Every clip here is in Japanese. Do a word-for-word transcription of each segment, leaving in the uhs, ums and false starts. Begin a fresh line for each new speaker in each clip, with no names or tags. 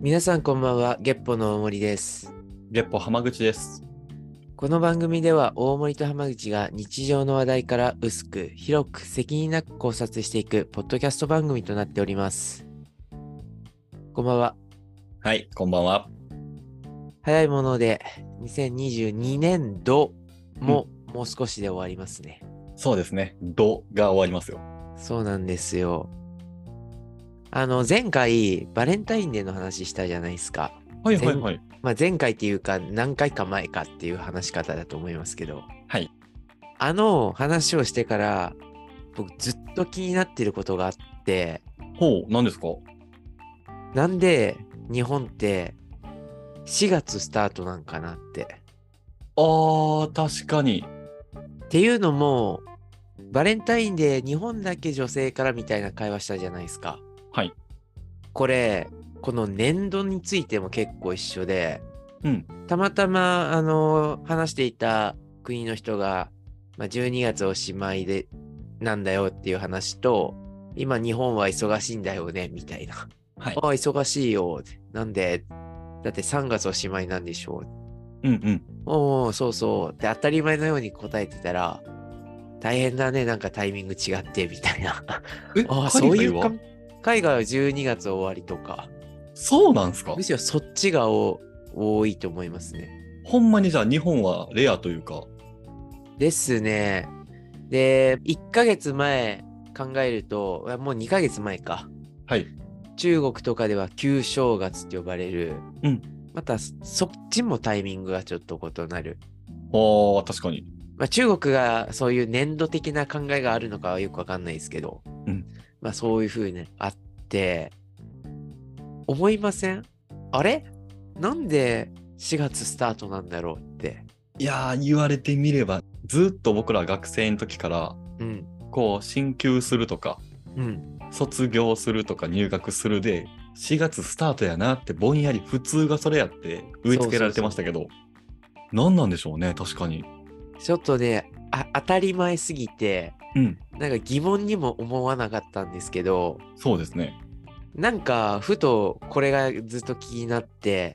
皆さんこんばんは、月歩の大森です。
月歩浜口です。
この番組では大森と浜口が日常の話題から薄く広く責任なく考察していくポッドキャスト番組となっております。こんばんは。
はい、こんばんは。
早いものでにせんにじゅうにねんどももう少しで終わりますね。
うん、そうですね。どが終わりますよ。
そうなんですよ。あの前回バレンタインデーの話したじゃないですか。
はいはいはい。
まあ、前回っていうか何回か前かっていう話し方だと思いますけど。
はい。
あの話をしてから僕ずっと気になってることがあって。
ほう、何ですか？
なんで日本ってしがつスタートなんかなって。
あー、確かに。
っていうのもバレンタインデー日本だけ女性からみたいな会話したじゃないですか。
はい。
これこの年度についても結構一緒で、
うん。
たまたまあの話していた国の人が、まあ、じゅうにがつおしまいでなんだよっていう話と、今日本は忙しいんだよねみたいな。
はい。
ああ忙しいよ。なんでだってさんがつおしまいなんでしょ
う。うんうん。
おおそうそうって当たり前のように答えてたら、大変だねなんかタイミング違ってみたいな。
え、
ああそういうか
海外は
海外はじゅうにがつ終わりとか。
そうなんすか？
むしろそっちが多いと思いますね。
ほんまにじゃあ日本はレアというか。
ですね。で、いっかげつまえ考えると、もうにかげつまえか。
はい。
中国とかでは旧正月って呼ばれる。
うん。
またそっちもタイミングがちょっと異なる。
あー、確かに。
まあ、中国がそういう年度的な考えがあるのかはよくわかんないですけど、
うん。
まあそういう風にあって、思いません？あれなんでしがつスタートなんだろうって。
いやー、言われてみれば、ずっと僕ら学生の時から、
うん。
こう、進級するとか、
うん。
卒業するとか入学するで、しがつスタートやなってぼんやり普通がそれやって植え付けられてましたけど、何なんでしょうね、確かに。
ちょっとね、あ、当たり前すぎて、
うん。
なんか疑問にも思わなかったんですけど、
そうですね。
なんかふとこれがずっと気になって、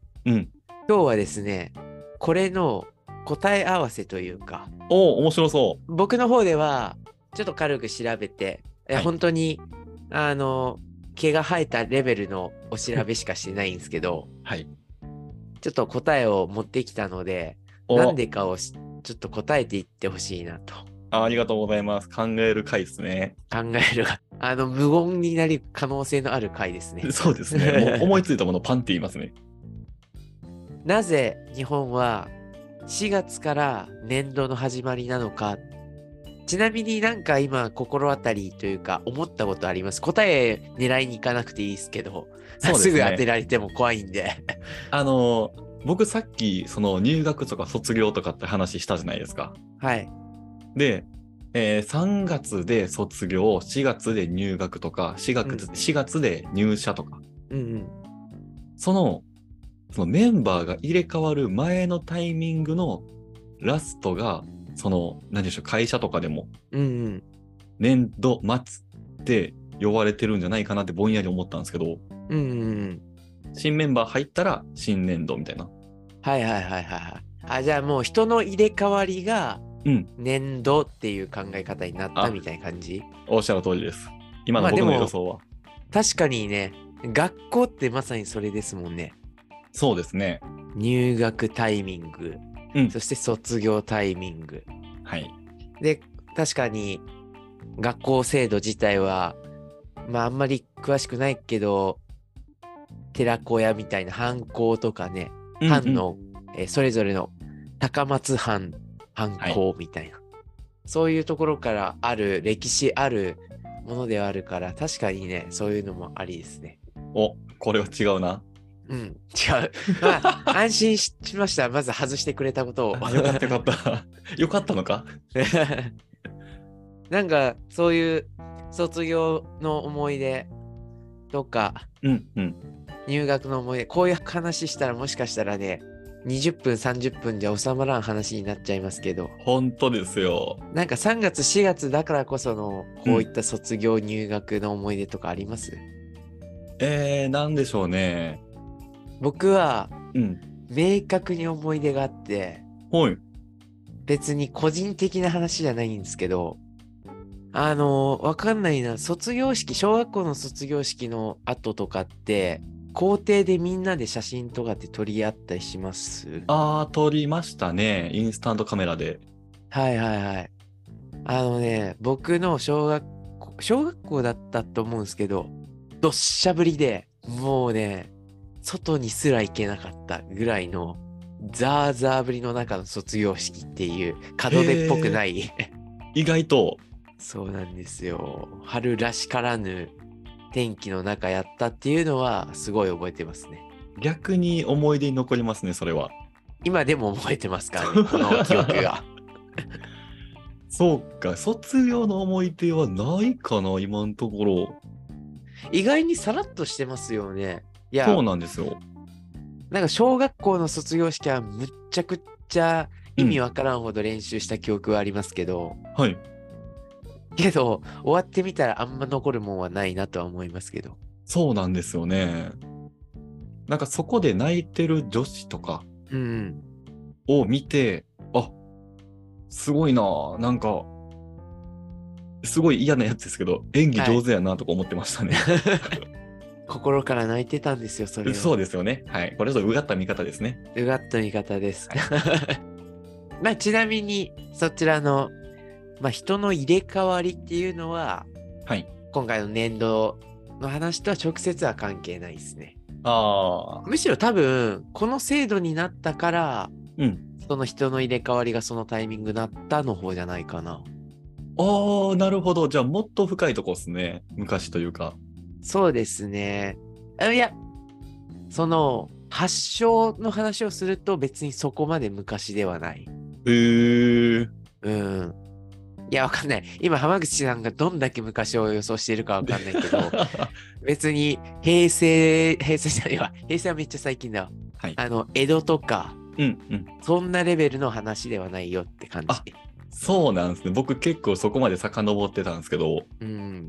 うん。
今日はですね、これの答え合わせというか、
おお、面白そ
僕の方ではちょっと軽く調べて、
う。
え
はい。
本当にあの毛が生えたレベルのお調べしかしてないんですけど、
はい。
ちょっと答えを持ってきたので、なん
お
でかをちょっと答えていってほしいなと。
あ、ありがとうございます。考える回ですね。
考えるが、あの、無言になる可能性のある回ですね。
そうですね。もう思いついたものパンって言いますね。
なぜ日本はしがつから年度の始まりなのか。ちなみになんか今心当たりというか思ったことあります？答え狙いに行かなくていいですけど、
そうですね。
すぐ当てられても怖いんで。
あの、僕さっき、その入学とか卒業とかって話したじゃないですか。
はい。
で、えーさんがつで卒業、しがつで入学とか、4
うん。
月、しがつで入社とか、
うんうん。
その、そのメンバーが入れ替わる前のタイミングのラストが、その、何でしょう、会社とかでも
うんうん。
年度末って呼ばれてるんじゃないかなってぼんやり思ったんですけど、
うんうんうん。
新メンバー入ったら新年度みたいな。
はいはいはいはいはい。あ、じゃあもう人の入れ替わりが
うん。
年度っていう考え方になった
あ、
みたいな感じ？
おっしゃる通りです。今の僕
まあでも、
の予想は。
確かにね、学校ってまさにそれですもんね。
そうですね。
入学タイミング、
うん。
そして卒業タイミング。
はい。
で、確かに学校制度自体は、まああんまり詳しくないけど、寺子屋みたいな藩校とかね、
うんうん。
藩の、えーそれぞれの高松藩、藩
はい。
校みたいな。そういうところからある歴史あるものではあるから、確かにね、そういうのもありですね。
お、これは違うな。
うん、違う。まあ、安心しました。まず外してくれたことを。
あ、よかったよかった。よかったのか？
なんか、そういう卒業の思い出とか、
うんうん。
入学の思い出、こういう話したらもしかしたらね、にじゅっぷん、さんじゅっぷんじゃ収まらん話になっちゃいますけど、
本当ですよ。
なんかさんがつ、しがつだからこその、
うん。
こういった卒業入学の思い出とかあります？
えー、なんでしょうね。
僕は
うん。
明確に思い出があって、
はい。
別に個人的な話じゃないんですけど、あのーわかんないな、卒業式、小学校の卒業式の後とかって、校庭でみんなで写真とかって撮り合ったりします？
あー、撮りましたね。インスタントカメラで。
はいはいはい。あのね、僕の小学校、小学校だったと思うんですけど、どっしゃ降りで、もうね、外にすら行けなかったぐらいの、ザーザー降りの中の卒業式っていう、門出っぽく
へー、
ない
意外と。
そうなんですよ。春らしからぬ天気の中やったっていうのは、すごい覚えてますね。
逆に思い出に残りますね、それは。
今でも覚えてますからね、この記憶が。
そうか、卒業の思い出はないかな、今のところ。
意外にさらっとしてますよね。いや、
そうなんですよ。
なんか小学校の卒業式はむっちゃくちゃ意味
うん。
わからんほど練習した記憶はありますけど、
はい。
けど終わってみたらあんま残るもんはないなとは思いますけど。
そうなんですよね。なんかそこで泣いてる女子とか
うん。
を見て、あ、すごいなぁ。なんか、すごい嫌なやつですけど、演技
はい。
上手やなとか思ってましたね。
心から泣いてたんですよ、それ
そう
は。
ですよね。はい。これぞうがった見方ですね。
うがった見方です。
はい。
まあ、ちなみに、そちらの、まあ、人の入れ替わりっていうのは、
はい。
今回の年度の話とは直接は関係ないですね。
ああ、
むしろ多分、この制度になったから、
うん。
その人の入れ替わりがそのタイミングになったの方じゃないかな。
ああ、なるほど。じゃあもっと深いとこですね。昔というか。
そうですね。あいや、その、発祥の話をすると別にそこまで昔ではない。
へえ。
うん。いや、わかんない。今、浜口さんがどんだけ昔を予想しているかわかんないけど、別に平成、平成じゃないわ。平成はめっちゃ最近だわ。
はい。
あの、江戸とか、
うんうん。
そんなレベルの話ではないよって感じ。
あ、そうなんですね。僕結構そこまで遡ってたんですけど、
うん。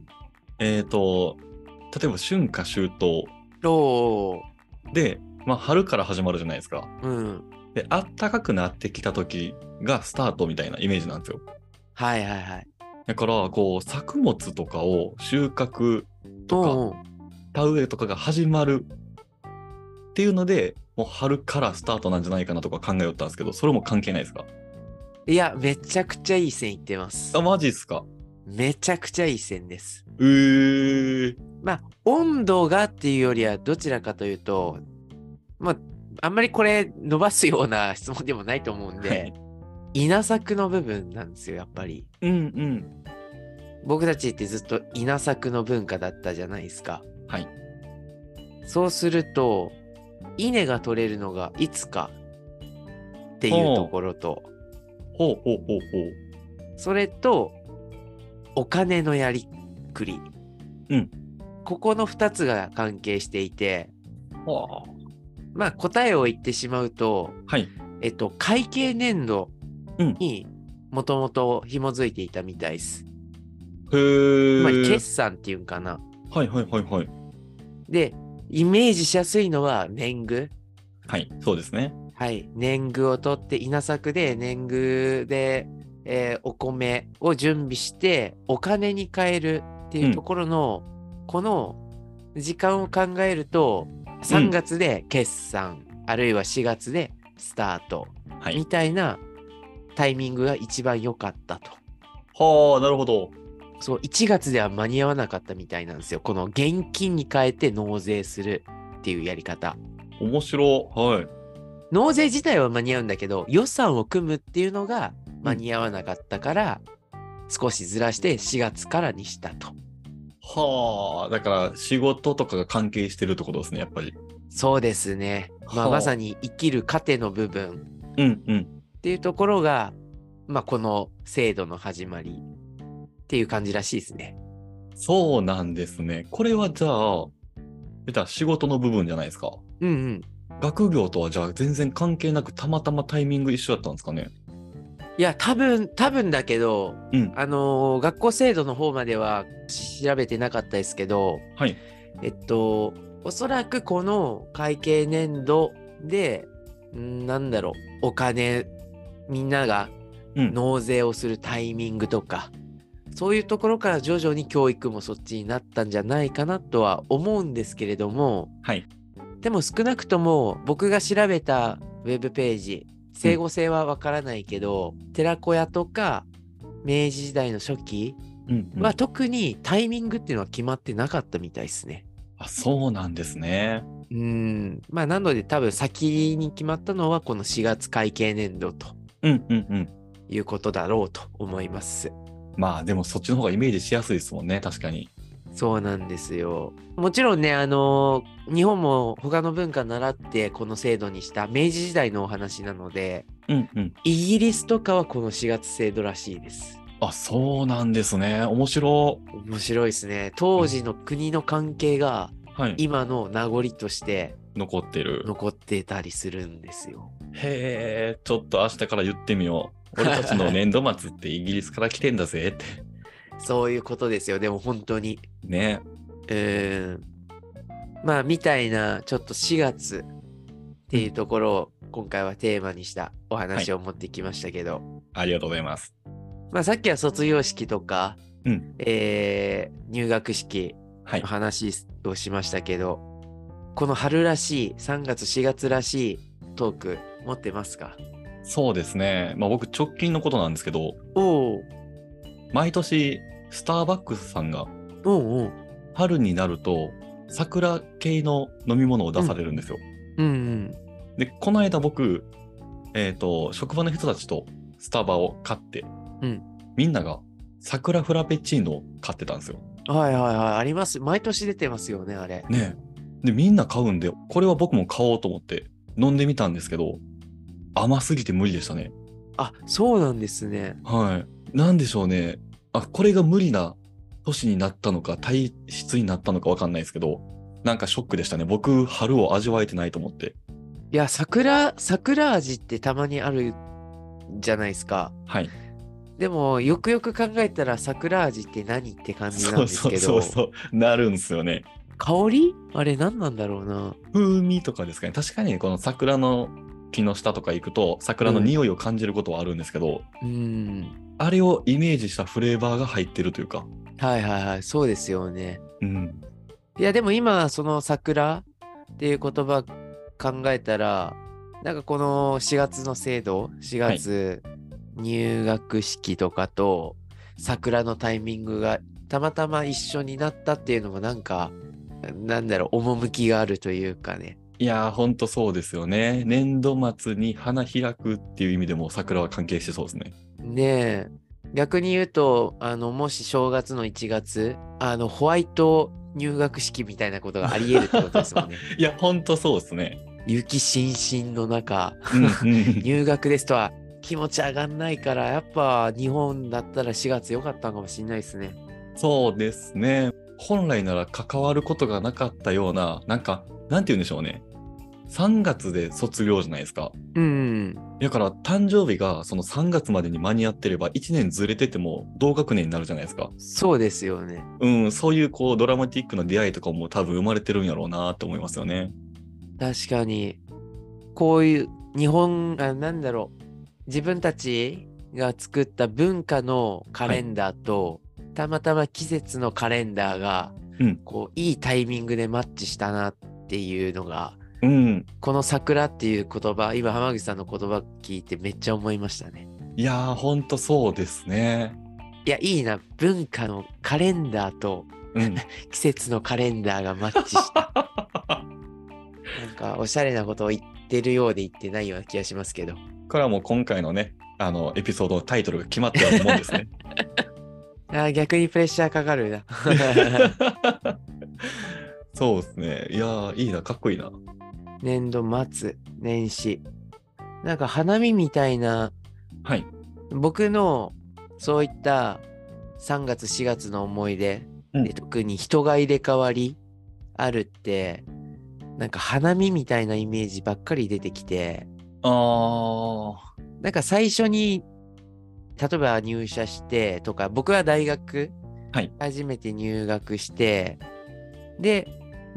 えっと、例えば春夏秋冬
おー。
で、まあ春から始まるじゃないですか。
うん。
で、あったかくなってきた時がスタートみたいなイメージなんですよ。
はいはいはい。
だから、こう、作物とかを収穫とか、
おー。
田植えとかが始まるっていうので、もう春からスタートなんじゃないかなとか考えよったんですけど、それも関係ないですか？
いや、めちゃくちゃいい線いってま
あ、
す。
マジっすか？
めちゃくちゃいい線です。
うー。
まあ、温度がっていうよりはどちらかというと、まあ、あんまりこれ伸ばすような質問でもないと思うんで、
はい。
稲作の部分なんですよ、やっぱり。
うんうん。
僕たちってずっと稲作の文化だったじゃないですか。
はい。
そうすると、稲が取れるのがいつかっていうと
ほう。
ころと、
ほうほうほう
それと、お金のやりくり。
うん。
ここのふたつが関係していて、
ほう。はあ。
まあ答えを言ってしまうと、
はい。
えっと、会計年度
うん。
にもともと紐づいていたみたいです。
へ
つまり
ー。
決算っていうんかな。
はいはいはいはい。
で、イメージしやすいのは年貢。
はい。そうですね。
はい。年貢を取って稲作で年貢で、えーお米を準備してお金に換えるっていうと
うん。
ころの、この時間を考えると、3
うん。
月で決算、あるいはしがつでスタートみ
はい。
たいなタイミングが一番良かったと。
はあ、なるほど。
そう、いちがつでは間に合わなかったみたいなんですよ。この現金に変えて納税するっていうやり方。
面白。はい。
納税自体は間に合うんだけど、予算を組むっていうのが
うん。
間に合わなかったから、少しずらしてしがつからにしたと。
はあ、だから仕事とかが関係してるってことですね、やっぱり。
そうですね。まあ、まさ
はあ。
に生きる糧の部分
うんうん。
っていうところが、まあ、この制度の始まりっていう感じらしいですね。
そうなんですね。これはじゃあ、言ったら仕事の部分じゃないですか。
うんうん。
学業とはじゃあ全然関係なくたまたまタイミング一緒だったんですかね。
いや、多分、多分だけど、
うん。
あのー学校制度の方までは調べてなかったですけど、
はい。
えっと、 おそらくこの会計年度で、んなんだろう、お金、みんなが
うん。
納税をするタイミングとか、そういうところから徐々に教育もそっちになったんじゃないかなとは思うんですけれども、
はい。
でも少なくとも僕が調べたウェブページ、整合性はわからないけど、寺子屋とか明治時代の初期
うん、うん。
は特にタイミングっていうのは決まってなかったみたいですね。
あ、そうなんですね。
うーん。まあなので多分先に決まったのはこのしがつ会計年度と
うんうんうん。
いうことだろうと思います。
まあでもそっちの方がイメージしやすいですもんね、確かに。
そうなんですよ。もちろんね、あのー日本も他の文化習ってこの制度にした明治時代のお話なので、
うんうん。
イギリスとかはこのしがつ制度らしいです。
あ、そうなんですね。面白。
面白いですね。当時の国の関係が
はい。
今の名残として
残ってる。
残ってたりするんですよ。
へえ、ちょっと明日から言ってみよう。俺たちの年度末ってイギリスから来てんだぜって。
そういうことですよ。でも本当に。
ね。
うーん。まあ、みたいな、ちょっとしがつっていうところを今回はテーマにしたお話を持ってきましたけど、
ありがとうございます。
まあさっきは卒業式とか、
うん。
えー入学式
はい
の。話をしましたけど、この春らしい、さんがつしがつらしいトーク持ってますか？
そうですね。まあ僕直近のことなんですけど、
おう
毎年スターバックスさんが
おうおう。
春になると桜系の飲み物を出されるんですよ。
うんうん
で、この間僕、えっと、職場の人たちとスタバを買って、
うん
みんなが桜フラペチーノを買ってたんですよ。
はいはいはい、あります。毎年出てますよね、あれ。
ねえ。で、みんな買うんで、これは僕も買おうと思って飲んでみたんですけど、甘すぎて無理でしたね。
あ、そうなんですね。
はい。なんでしょうね。あ、これが無理な年になったのか、体質になったのかわかんないですけど、なんかショックでしたね。僕、春を味わえてないと思って。
いや、桜、桜味ってたまにあるじゃないですか。
はい。
でも、よくよく考えたら桜味って何って感じなんです
そうそう
けど、
そうそう。なるんですよね。
香りあれ何なんだろうな。
風味とかですかね。確かにこの桜の木の下とか行くと、桜の匂いを感じることはあるんですけど、
うん。
あれをイメージしたフレーバーが入ってるというか。
はいはいはい、そうですよね。
うん。
いや、でも今、その桜っていう言葉考えたら、なんかこのしがつの制度、しがつ入学式とかと桜のタイミングがたまたま一緒になったっていうのもなんか、なんだろう、趣があるというかね。
いやー、ほんとそうですよね。年度末に花開くっていう意味でも桜は関係してそうですね。
ねえ。逆に言うと、あの、もし正月のいちがつ、あの、ホワイト入学式みたいなことがあり得るってことですもんね。
いや、ほんとそうですね。
雪しんしんの中、
うんうん。
入学ですとは気持ち上がんないから、やっぱ日本だったらしがつ良かったのかもしれないですね。
そうですね。本来なら関わることがなかったような、なんか、なんて言うんでしょうね。さんがつで卒業じゃないですか。
うん。
だから誕生日がそのさんがつまでに間に合ってればいちねんずれてても同学年になるじゃないですか。
そうですよね。
うん、そういうこうドラマティックな出会いとかも多分生まれてるんやろうなって思いますよね。
確かに、こういう日本、あ、なんだろう。自分たちが作った文化のカレンダーと、たまたま季節のカレンダーが、
うん。
こう、いいタイミングでマッチしたなっていうのが、
うん。
この桜っていう言葉、今浜口さんの言葉聞いてめっちゃ思いましたね。
いやー、ほんとそうですね。
いや、いいな。文化のカレンダーと
うん。
季節のカレンダーがマッチした。なんか、おしゃれなことを言ってるようで言ってないような気がしますけど。
これはもう今回のね、あの、エピソードのタイトルが決まってると思うんですね。
あー、逆にプレッシャーかかるな。
そうですね。いやー、いいな、かっこいいな。
年度末、年始。なんか花見みたいな、
はい。
僕のそういったさんがつしがつの思い出、
うん
で特に人が入れ替わりあるって、なんか花見みたいなイメージばっかり出てきて、
あー。
なんか最初に、例えば入社してとか、僕は大学、
はい。
初めて入学して、で、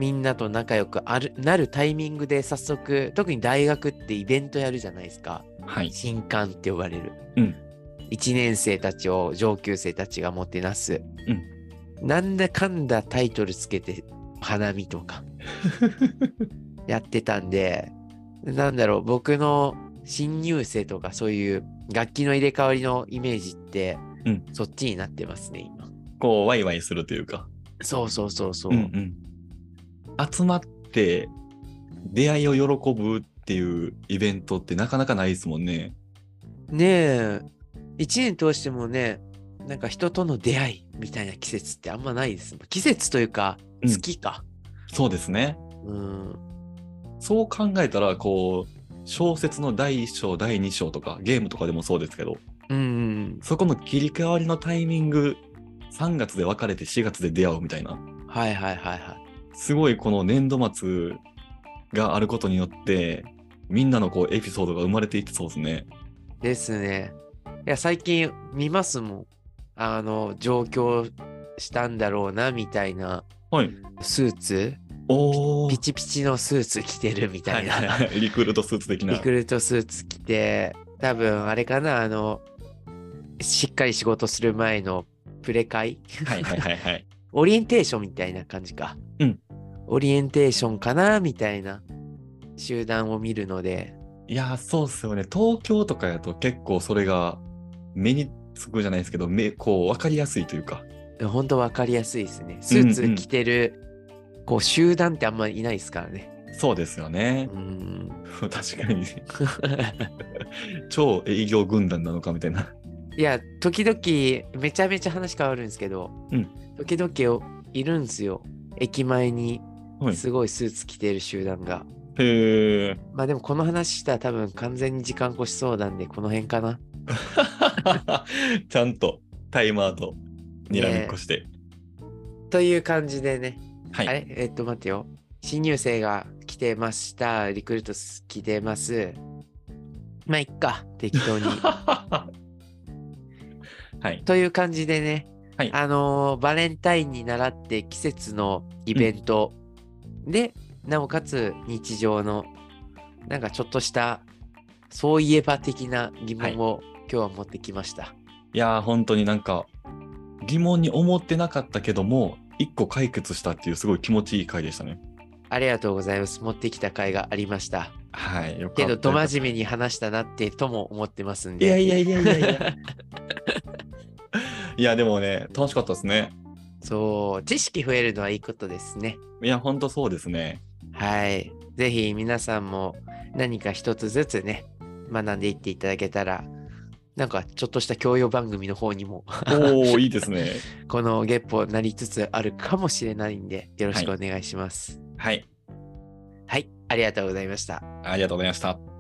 みんなと仲良くあるなるタイミングで早速、特に大学ってイベントやるじゃないですか。
はい。
新歓って呼ばれる。
うん。
いちねん生たちを上級生たちがもてなす。
うん。
なんだかんだタイトルつけて花見とかやってたんで、なんだろう、僕の新入生とかそういう楽器の入れ替わりのイメージって、
うん、
そっちになってますね、今。
こう、ワイワイするというか。
そうそうそうそう。
うんうん。集まって出会いを喜ぶっていうイベントってなかなかないですもんね。
ねえ、一年通してもね、なんか人との出会いみたいな季節ってあんまないですもん。季節というか、
うん、
月か。
そうですね。
うん。
そう考えたら、こう、小説のだいいっ章、だいに章とか、ゲームとかでもそうですけど、
うん。
そこの切り替わりのタイミング、さんがつで別れてしがつで出会うみたいな。
はいはいはいはい。
すごいこの年度末があることによって、みんなのこうエピソードが生まれていってそうですね。
ですね。いや、最近見ますもん。あの、上京したんだろうな、みたいな
はい。
スーツ、
おー。
ピチピチのスーツ着てるみた
はい
いな。
はいはい。リクルートスーツ的な。
リクルートスーツ着て、多分あれかな、あの、しっかり仕事する前のプレ会
はいはいはいはい。
オリエンテーションみたいな感じか。
うん。
オリエンテーションかなみたいな集団を見るので。
いやー、そうっすよね。東京とかやと結構それが目につくじゃないですけど、目、こう、わかりやすいというか。
本当わかりやすいですね。スーツ着てる、こう集団ってあんまりいないですからね。
そうですよね。
うん。
確かに。超営業軍団なのかみたいな。
いや、時々めちゃめちゃ話変わるんですけど、
うん。
時々いるんですよ。駅前に
はい。
すごいスーツ着てる集団が。
へえ。
まあでもこの話したら多分完全に時間越しそうなんで、この辺かな。
ちゃんとタイマーとにらめっこ
ね
して。
という感じでね。
はい。
あれえっと待ってよ。新入生が来てました。リクルート来てます。まあいっか。適当に。
はい。
という感じでね。
はい。
あのーバレンタインに倣って季節のイベントで、うん、なおかつ日常のなんかちょっとしたそういえば的な疑問を今日は持ってきました。はい、
いやー本当になんか疑問に思ってなかったけども一個解決したっていうすごい気持ちいい回でしたね。
ありがとうございます。持ってきた回がありました。
はい。よかった。
けど、ど真面目に話したなってとも思ってますんで。
いやいやいやいやいや。いや、でもね、楽しかったですね。
そう、知識増えるのはいいことですね。
いや、ほんとそうですね。
はい。ぜひ皆さんも何か一つずつね、学んでいっていただけたら、なんかちょっとした教養番組の方にも
おー、いいですね。
この月歩なりつつあるかもしれないんで、よろしくお願いします。
はい。
はい、ありがとうございました。
ありがとうございました。